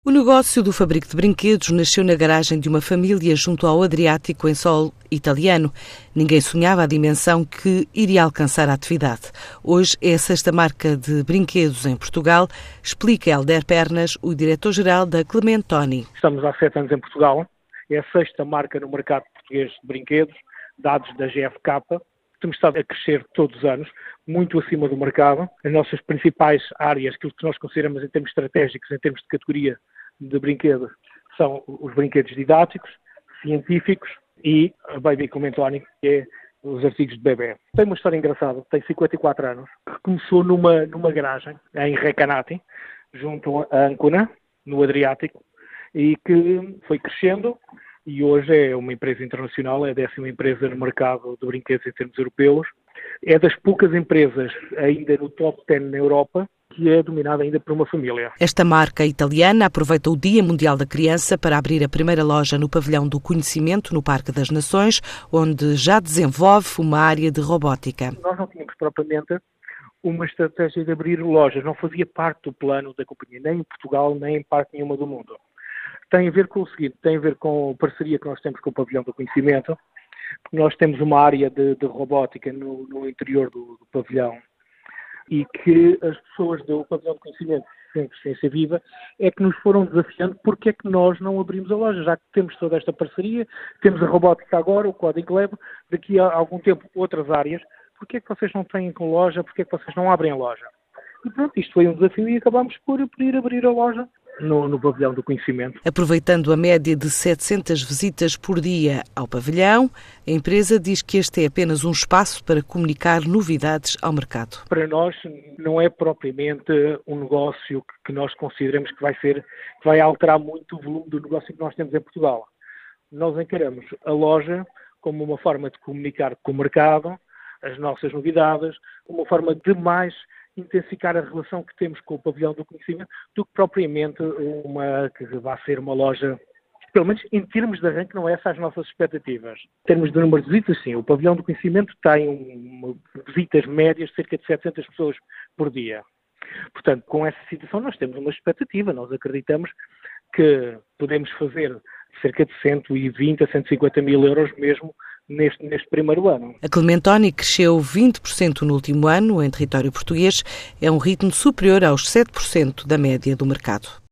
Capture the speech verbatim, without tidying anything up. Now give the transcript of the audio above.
O negócio do fabrico de brinquedos nasceu na garagem de uma família junto ao Adriático, em solo italiano. Ninguém sonhava a dimensão que iria alcançar a atividade. Hoje é a sexta marca de brinquedos em Portugal, explica Helder Pernas, o diretor-geral da Clementoni. Estamos há sete anos em Portugal, é a sexta marca no mercado português de brinquedos, dados da G F K. Temos estado a crescer todos os anos, muito acima do mercado. As nossas principais áreas, aquilo que nós consideramos em termos estratégicos, em termos de categoria de brinquedos, são os brinquedos didáticos, científicos e a Baby Clementoni, que é os artigos de bebê. Tem uma história engraçada, tem cinquenta e quatro anos, que começou numa, numa garagem em Recanati, junto a Ancona, no Adriático, e que foi crescendo. E hoje é uma empresa internacional, é a décima empresa no mercado de brinquedos em termos europeus. É das poucas empresas ainda no top dez na Europa que é dominada ainda por uma família. Esta marca italiana aproveita o Dia Mundial da Criança para abrir a primeira loja no Pavilhão do Conhecimento, no Parque das Nações, onde já desenvolve uma área de robótica. Nós não tínhamos propriamente uma estratégia de abrir lojas, não fazia parte do plano da companhia, nem em Portugal, nem em parte nenhuma do mundo. Tem a ver com o seguinte, tem a ver com a parceria que nós temos com o Pavilhão do Conhecimento. Nós temos uma área de, de robótica no, no interior do, do pavilhão e que as pessoas do Pavilhão do Conhecimento, sempre Ciência Viva, é que nos foram desafiando porque é que nós não abrimos a loja, já que temos toda esta parceria, temos a robótica agora, o Código Lab, daqui a algum tempo outras áreas, porque é que vocês não têm com loja, porque é que vocês não abrem a loja? E pronto, isto foi um desafio e acabámos por poder abrir a loja No, no Pavilhão do Conhecimento. Aproveitando a média de setecentas visitas por dia ao pavilhão, a empresa diz que este é apenas um espaço para comunicar novidades ao mercado. Para nós não é propriamente um negócio que nós consideramos que vai ser, que vai alterar muito o volume do negócio que nós temos em Portugal. Nós encaramos a loja como uma forma de comunicar com o mercado, as nossas novidades, uma forma de mais intensificar a relação que temos com o Pavilhão do Conhecimento do que propriamente uma que vai ser uma loja, pelo menos em termos de arranque, não é essa as nossas expectativas. Em termos de número de visitas, sim, o Pavilhão do Conhecimento tem uma, visitas médias de cerca de setecentas pessoas por dia. Portanto, com essa situação nós temos uma expectativa, nós acreditamos que podemos fazer cerca de cento e vinte a cento e cinquenta mil euros mesmo Neste, neste primeiro ano. A Clementoni cresceu vinte por cento no último ano em território português, é um ritmo superior aos sete por cento da média do mercado.